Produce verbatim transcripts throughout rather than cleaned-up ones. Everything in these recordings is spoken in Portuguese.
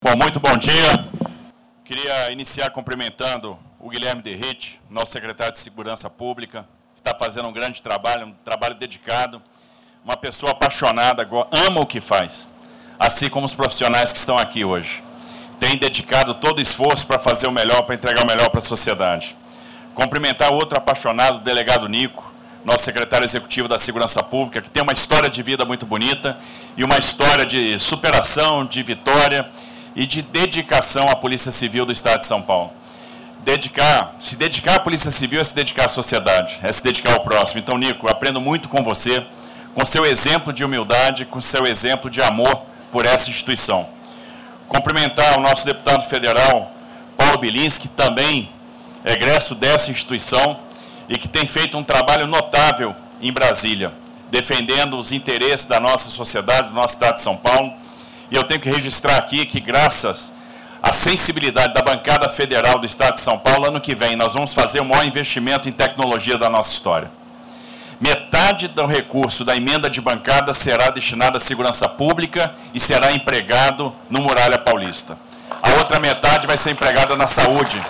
Bom, muito bom dia. Queria iniciar cumprimentando o Guilherme Derrite, nosso secretário de Segurança Pública, que está fazendo um grande trabalho, um trabalho dedicado, uma pessoa apaixonada, ama o que faz, assim como os profissionais que estão aqui hoje. Tem dedicado todo o esforço para fazer o melhor, para entregar o melhor para a sociedade. Cumprimentar outro apaixonado, o delegado Nico, nosso secretário executivo da Segurança Pública, que tem uma história de vida muito bonita e uma história de superação, de vitória e de dedicação à Polícia Civil do Estado de São Paulo. Dedicar, se dedicar à Polícia Civil é se dedicar à sociedade, é se dedicar ao próximo. Então, Nico, eu aprendo muito com você, com seu exemplo de humildade, com seu exemplo de amor por essa instituição. Cumprimentar o nosso deputado federal, Paulo Bilinski, também egresso dessa instituição e que tem feito um trabalho notável em Brasília, defendendo os interesses da nossa sociedade, do nosso Estado de São Paulo. E eu tenho que registrar aqui que, graças à sensibilidade da bancada federal do Estado de São Paulo, ano que vem nós vamos fazer o maior investimento em tecnologia da nossa história. Metade do recurso da emenda de bancada será destinado à segurança pública e será empregado no Muralha Paulista. A outra metade vai ser empregada na saúde,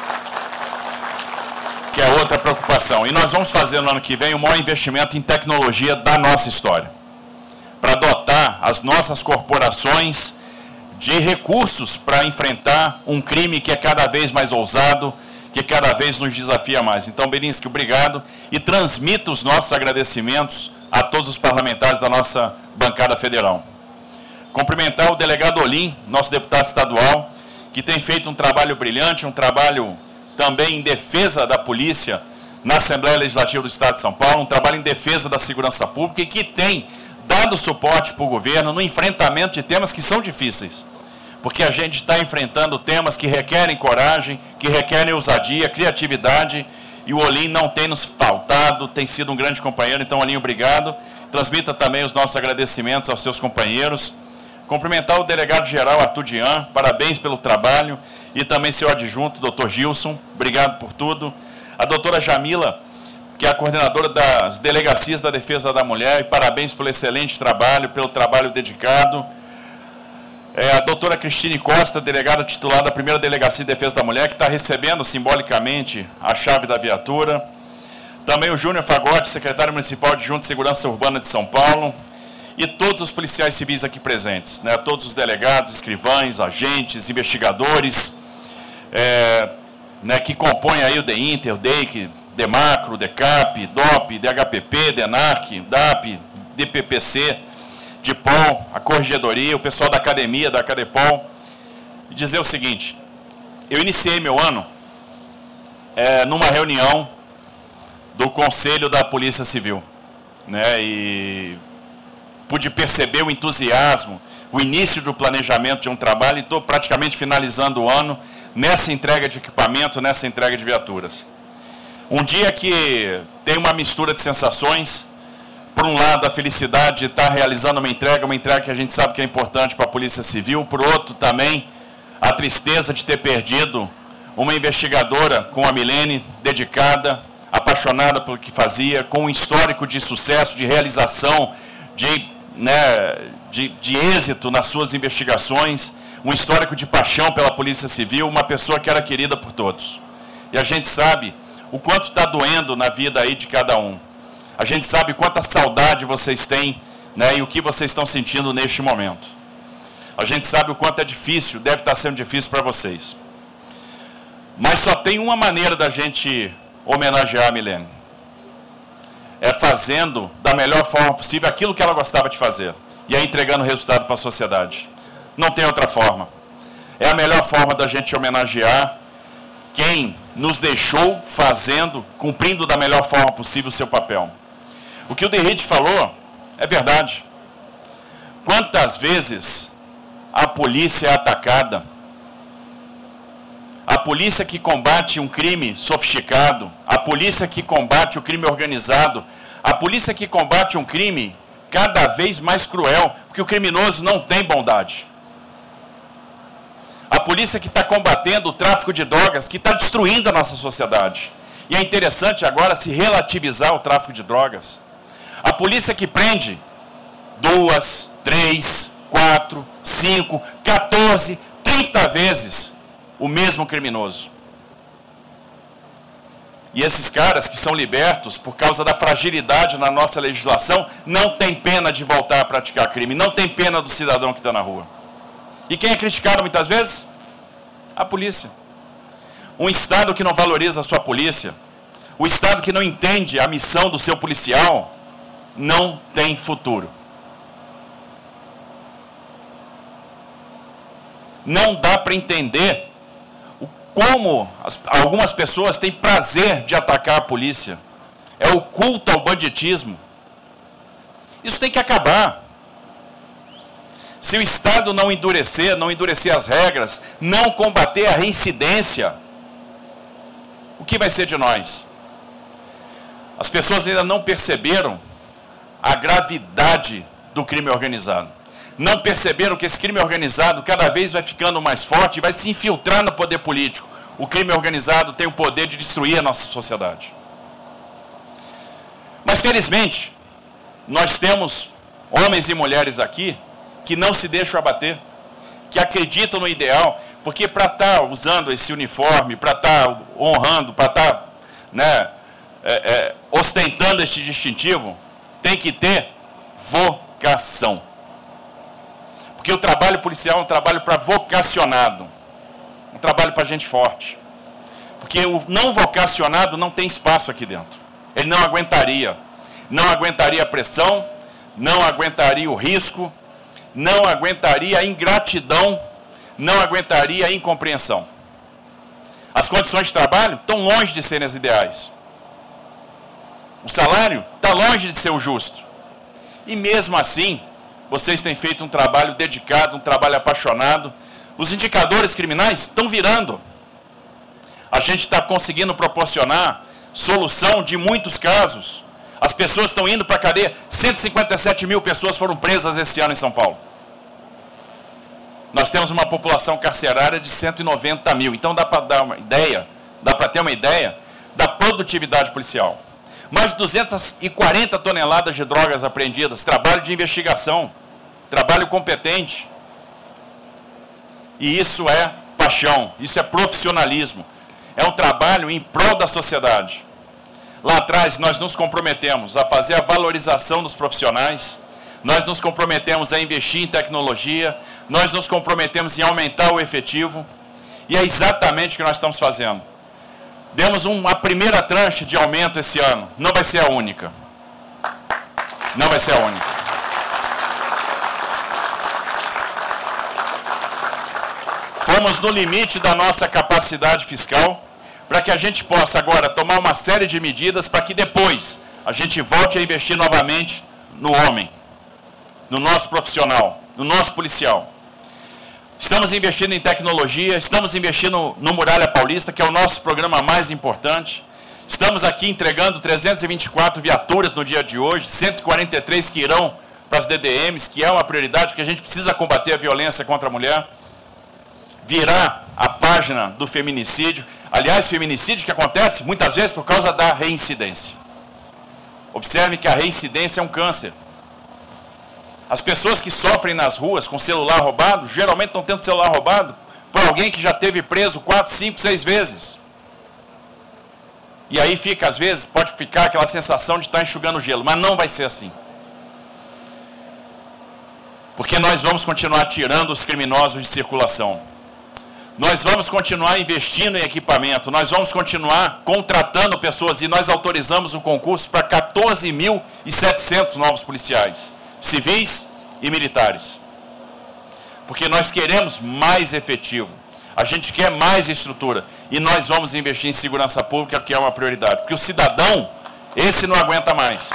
que é outra preocupação. E nós vamos fazer no ano que vem o maior investimento em tecnologia da nossa história, para dotar as nossas corporações de recursos para enfrentar um crime que é cada vez mais ousado, que cada vez nos desafia mais. Então, Bilinski, obrigado e transmita os nossos agradecimentos a todos os parlamentares da nossa bancada federal. Cumprimentar o delegado Olim, nosso deputado estadual, que tem feito um trabalho brilhante, um trabalho também em defesa da polícia na Assembleia Legislativa do Estado de São Paulo, um trabalho em defesa da segurança pública e que tem dado suporte para o governo no enfrentamento de temas que são difíceis, porque a gente está enfrentando temas que requerem coragem, que requerem ousadia, criatividade, e o Olim não tem nos faltado, tem sido um grande companheiro. Então, Olim, obrigado. Transmita também os nossos agradecimentos aos seus companheiros. Cumprimentar o delegado-geral Arthur Dian, parabéns pelo trabalho, e também seu adjunto, doutor Gilson, obrigado por tudo. A doutora Jamila, que é a coordenadora das Delegacias da Defesa da Mulher, e parabéns pelo excelente trabalho, pelo trabalho dedicado. É a doutora Cristine Costa, delegada titular da primeira Delegacia de Defesa da Mulher, que está recebendo simbolicamente a chave da viatura. Também o Júnior Fagotti, secretário municipal adjunto de Segurança Urbana de São Paulo. E todos os policiais civis aqui presentes, né? Todos os delegados, escrivães, agentes, investigadores, é, né, que compõem aí o DEINTER, o DEIC, DEMACRO, DECAP, DOP, DHPP, DENARC, DAP, DPPC, DIPOL, a Corregedoria, o pessoal da academia, da Acadepol, e dizer o seguinte: eu iniciei meu ano é, numa reunião do Conselho da Polícia Civil, né, e pude perceber o entusiasmo, o início do planejamento de um trabalho, e estou praticamente finalizando o ano nessa entrega de equipamento, nessa entrega de viaturas. Um dia que tem uma mistura de sensações. Por um lado, a felicidade de estar realizando uma entrega, uma entrega que a gente sabe que é importante para a Polícia Civil. Por outro, também, a tristeza de ter perdido uma investigadora com a Milene, dedicada, apaixonada pelo que fazia, com um histórico de sucesso, de realização, de, né, de, de êxito nas suas investigações, um histórico de paixão pela Polícia Civil, uma pessoa que era querida por todos. E a gente sabe o quanto está doendo na vida aí de cada um. A gente sabe quanta saudade vocês têm, né, e o que vocês estão sentindo neste momento. A gente sabe o quanto é difícil, deve estar sendo difícil para vocês. Mas só tem uma maneira da gente homenagear a Milene. É fazendo da melhor forma possível aquilo que ela gostava de fazer. E é entregando resultado para a sociedade. Não tem outra forma. É a melhor forma da gente homenagear quem nos deixou fazendo, cumprindo da melhor forma possível o seu papel. O que o Derrite falou é verdade. Quantas vezes a polícia é atacada? A polícia que combate um crime sofisticado, a polícia que combate o crime organizado, a polícia que combate um crime cada vez mais cruel, porque o criminoso não tem bondade. A polícia que está combatendo o tráfico de drogas, que está destruindo a nossa sociedade. E é interessante agora se relativizar o tráfico de drogas. A polícia que prende duas, três, quatro, cinco, quatorze, trinta vezes o mesmo criminoso. E esses caras que são libertos por causa da fragilidade na nossa legislação, não tem pena de voltar a praticar crime, não tem pena do cidadão que está na rua. E quem é criticado muitas vezes? A polícia. Um Estado que não valoriza a sua polícia, o Estado que não entende a missão do seu policial, não tem futuro. Não dá para entender como as, algumas pessoas têm prazer de atacar a polícia. É o culto ao banditismo. Isso tem que acabar. Se o Estado não endurecer, não endurecer as regras, não combater a reincidência, o que vai ser de nós? As pessoas ainda não perceberam a gravidade do crime organizado. Não perceberam que esse crime organizado cada vez vai ficando mais forte e vai se infiltrar no poder político. O crime organizado tem o poder de destruir a nossa sociedade. Mas, felizmente, nós temos homens e mulheres aqui que não se deixam abater, que acreditam no ideal, porque para estar usando esse uniforme, para estar honrando, para estar né, é, é, ostentando este distintivo, tem que ter vocação. Porque o trabalho policial é um trabalho para vocacionado, um trabalho para gente forte. Porque o não vocacionado não tem espaço aqui dentro. Ele não aguentaria. Não aguentaria a pressão, não aguentaria o risco, não aguentaria a ingratidão, não aguentaria a incompreensão. As condições de trabalho estão longe de serem as ideais. O salário está longe de ser o justo. E mesmo assim, vocês têm feito um trabalho dedicado, um trabalho apaixonado. Os indicadores criminais estão virando. A gente está conseguindo proporcionar solução de muitos casos. As pessoas estão indo para a cadeia. cento e cinquenta e sete mil pessoas foram presas esse ano em São Paulo. Nós temos uma população carcerária de cento e noventa mil. Então dá para dar uma ideia, dá para ter uma ideia da produtividade policial. Mais de duzentas e quarenta toneladas de drogas apreendidas, trabalho de investigação, trabalho competente. E isso é paixão, isso é profissionalismo. É um trabalho em prol da sociedade. Lá atrás nós nos comprometemos a fazer a valorização dos profissionais, nós nos comprometemos a investir em tecnologia, nós nos comprometemos em aumentar o efetivo, e é exatamente o que nós estamos fazendo. Demos uma primeira tranche de aumento esse ano. Não vai ser a única. Não vai ser a única. Fomos no limite da nossa capacidade fiscal para que a gente possa agora tomar uma série de medidas para que depois a gente volte a investir novamente no homem, no nosso profissional, no nosso policial. Estamos investindo em tecnologia, estamos investindo no Muralha Paulista, que é o nosso programa mais importante. Estamos aqui entregando trezentas e vinte e quatro viaturas no dia de hoje, cento e quarenta e três que irão para as D D Ms, que é uma prioridade, porque a gente precisa combater a violência contra a mulher. Virar a página do feminicídio. Aliás, feminicídio que acontece muitas vezes por causa da reincidência. Observe que a reincidência é um câncer. As pessoas que sofrem nas ruas com celular roubado, geralmente estão tendo celular roubado por alguém que já teve preso quatro, cinco, seis vezes. E aí fica, às vezes, pode ficar aquela sensação de estar enxugando gelo, mas não vai ser assim. Porque nós vamos continuar tirando os criminosos de circulação. Nós vamos continuar investindo em equipamento, nós vamos continuar contratando pessoas e nós autorizamos o concurso para quatorze mil e setecentos novos policiais, civis e militares. Porque nós queremos mais efetivo, a gente quer mais estrutura e nós vamos investir em segurança pública, que é uma prioridade. Porque o cidadão, esse não aguenta mais.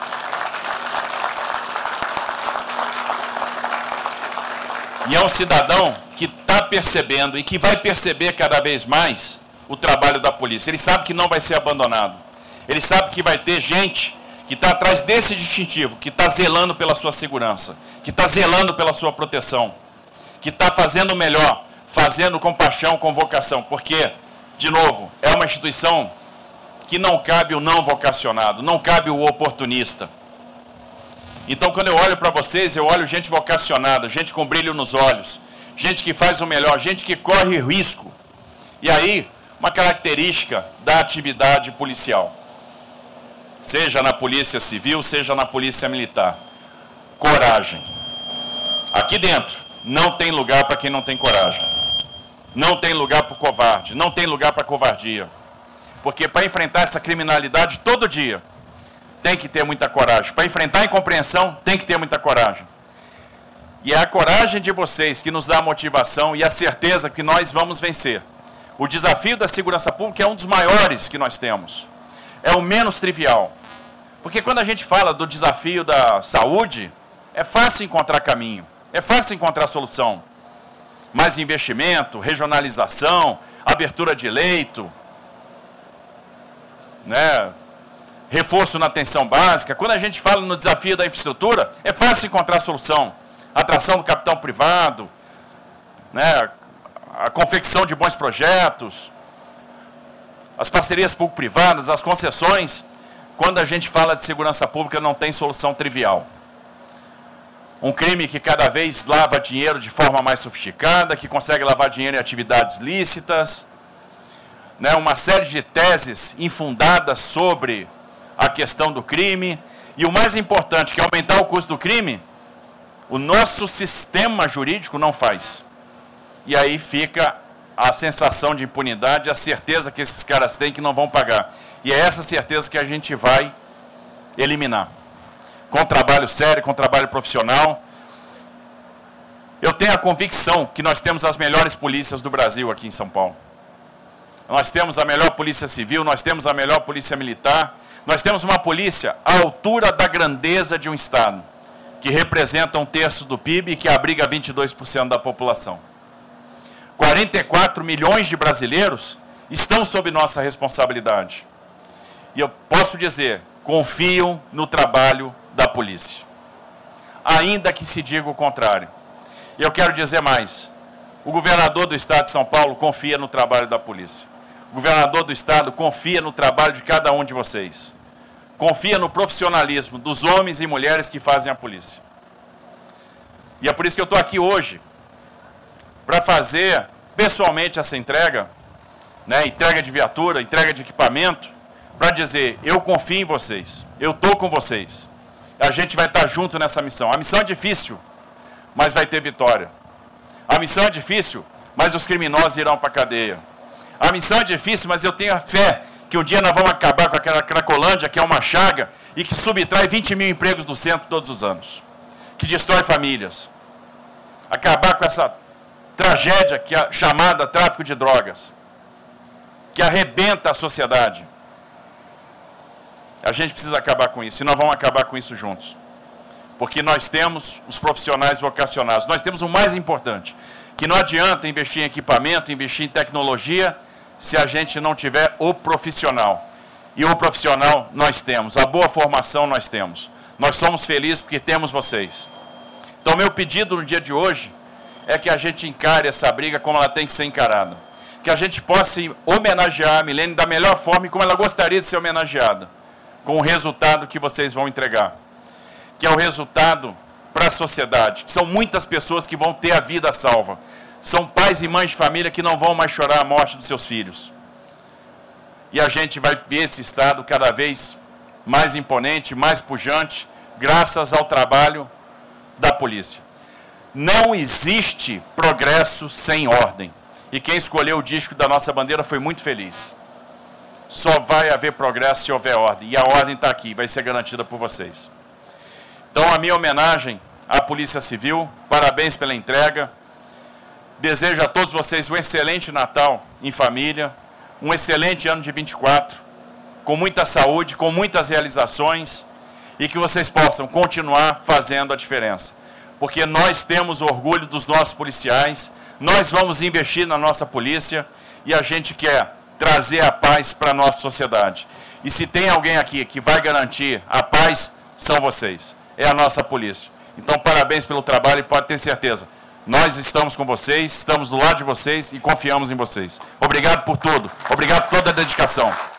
E é um cidadão que está percebendo e que vai perceber cada vez mais o trabalho da polícia. Ele sabe que não vai ser abandonado. Ele sabe que vai ter gente que está atrás desse distintivo, que está zelando pela sua segurança, que está zelando pela sua proteção, que está fazendo o melhor, fazendo com paixão, com vocação. Porque, de novo, é uma instituição que não cabe o não vocacionado, não cabe o oportunista. Então, quando eu olho para vocês, eu olho gente vocacionada, gente com brilho nos olhos, gente que faz o melhor, gente que corre risco. E aí, uma característica da atividade policial, seja na polícia civil, seja na polícia militar: coragem. Aqui dentro não tem lugar para quem não tem coragem. Não tem lugar para o covarde, não tem lugar para covardia. Porque para enfrentar essa criminalidade todo dia, tem que ter muita coragem. Para enfrentar a incompreensão, tem que ter muita coragem. E é a coragem de vocês que nos dá a motivação e a certeza que nós vamos vencer. O desafio da segurança pública é um dos maiores que nós temos. É o menos trivial. Porque quando a gente fala do desafio da saúde, é fácil encontrar caminho, é fácil encontrar solução. Mais investimento, regionalização, abertura de leito, né? Reforço na atenção básica. Quando a gente fala no desafio da infraestrutura, é fácil encontrar solução. Atração do capital privado, né? A confecção de bons projetos, as parcerias público-privadas, as concessões. Quando a gente fala de segurança pública, não tem solução trivial. Um crime que cada vez lava dinheiro de forma mais sofisticada, que consegue lavar dinheiro em atividades lícitas, né? Uma série de teses infundadas sobre a questão do crime. E o mais importante, que é aumentar o custo do crime, o nosso sistema jurídico não faz. E aí fica a sensação de impunidade, a certeza que esses caras têm que não vão pagar. E é essa certeza que a gente vai eliminar. Com trabalho sério, com trabalho profissional. Eu tenho a convicção que nós temos as melhores polícias do Brasil aqui em São Paulo. Nós temos a melhor polícia civil, nós temos a melhor polícia militar, nós temos uma polícia à altura da grandeza de um estado, que representa um terço do P I B e que abriga vinte e dois por cento da população. quarenta e quatro milhões de brasileiros estão sob nossa responsabilidade. E eu posso dizer, confiam no trabalho da polícia, ainda que se diga o contrário. E eu quero dizer mais: o governador do estado de São Paulo confia no trabalho da polícia. O governador do estado confia no trabalho de cada um de vocês. Confia no profissionalismo dos homens e mulheres que fazem a polícia. E é por isso que eu estou aqui hoje, para fazer pessoalmente essa entrega, né, entrega de viatura, entrega de equipamento, para dizer: eu confio em vocês, eu estou com vocês. A gente vai estar junto nessa missão. A missão é difícil, mas vai ter vitória. A missão é difícil, mas os criminosos irão para a cadeia. A missão é difícil, mas eu tenho a fé que um dia nós vamos acabar com aquela Cracolândia, que é uma chaga, e que subtrai vinte mil empregos do centro todos os anos, que destrói famílias. Acabar com essa tragédia que é chamada tráfico de drogas, que arrebenta a sociedade. A gente precisa acabar com isso, e nós vamos acabar com isso juntos. Porque nós temos os profissionais vocacionados. Nós temos o mais importante, que não adianta investir em equipamento, investir em tecnologia, se a gente não tiver o profissional. E o profissional nós temos, a boa formação nós temos. Nós somos felizes porque temos vocês. Então, meu pedido no dia de hoje é que a gente encare essa briga como ela tem que ser encarada. Que a gente possa homenagear a Milene da melhor forma e como ela gostaria de ser homenageada, com o resultado que vocês vão entregar. Que é o resultado para a sociedade. São muitas pessoas que vão ter a vida salva. São pais e mães de família que não vão mais chorar a morte dos seus filhos. E a gente vai ver esse estado cada vez mais imponente, mais pujante, graças ao trabalho da polícia. Não existe progresso sem ordem. E quem escolheu o disco da nossa bandeira foi muito feliz. Só vai haver progresso se houver ordem. E a ordem está aqui, vai ser garantida por vocês. Então, a minha homenagem à Polícia Civil, parabéns pela entrega. Desejo a todos vocês um excelente Natal em família, um excelente ano de vinte e quatro, com muita saúde, com muitas realizações, e que vocês possam continuar fazendo a diferença. Porque nós temos orgulho dos nossos policiais, nós vamos investir na nossa polícia, e a gente quer trazer a paz para a nossa sociedade. E se tem alguém aqui que vai garantir a paz, são vocês. É a nossa polícia. Então, parabéns pelo trabalho e pode ter certeza. Nós estamos com vocês, estamos do lado de vocês e confiamos em vocês. Obrigado por tudo. Obrigado por toda a dedicação.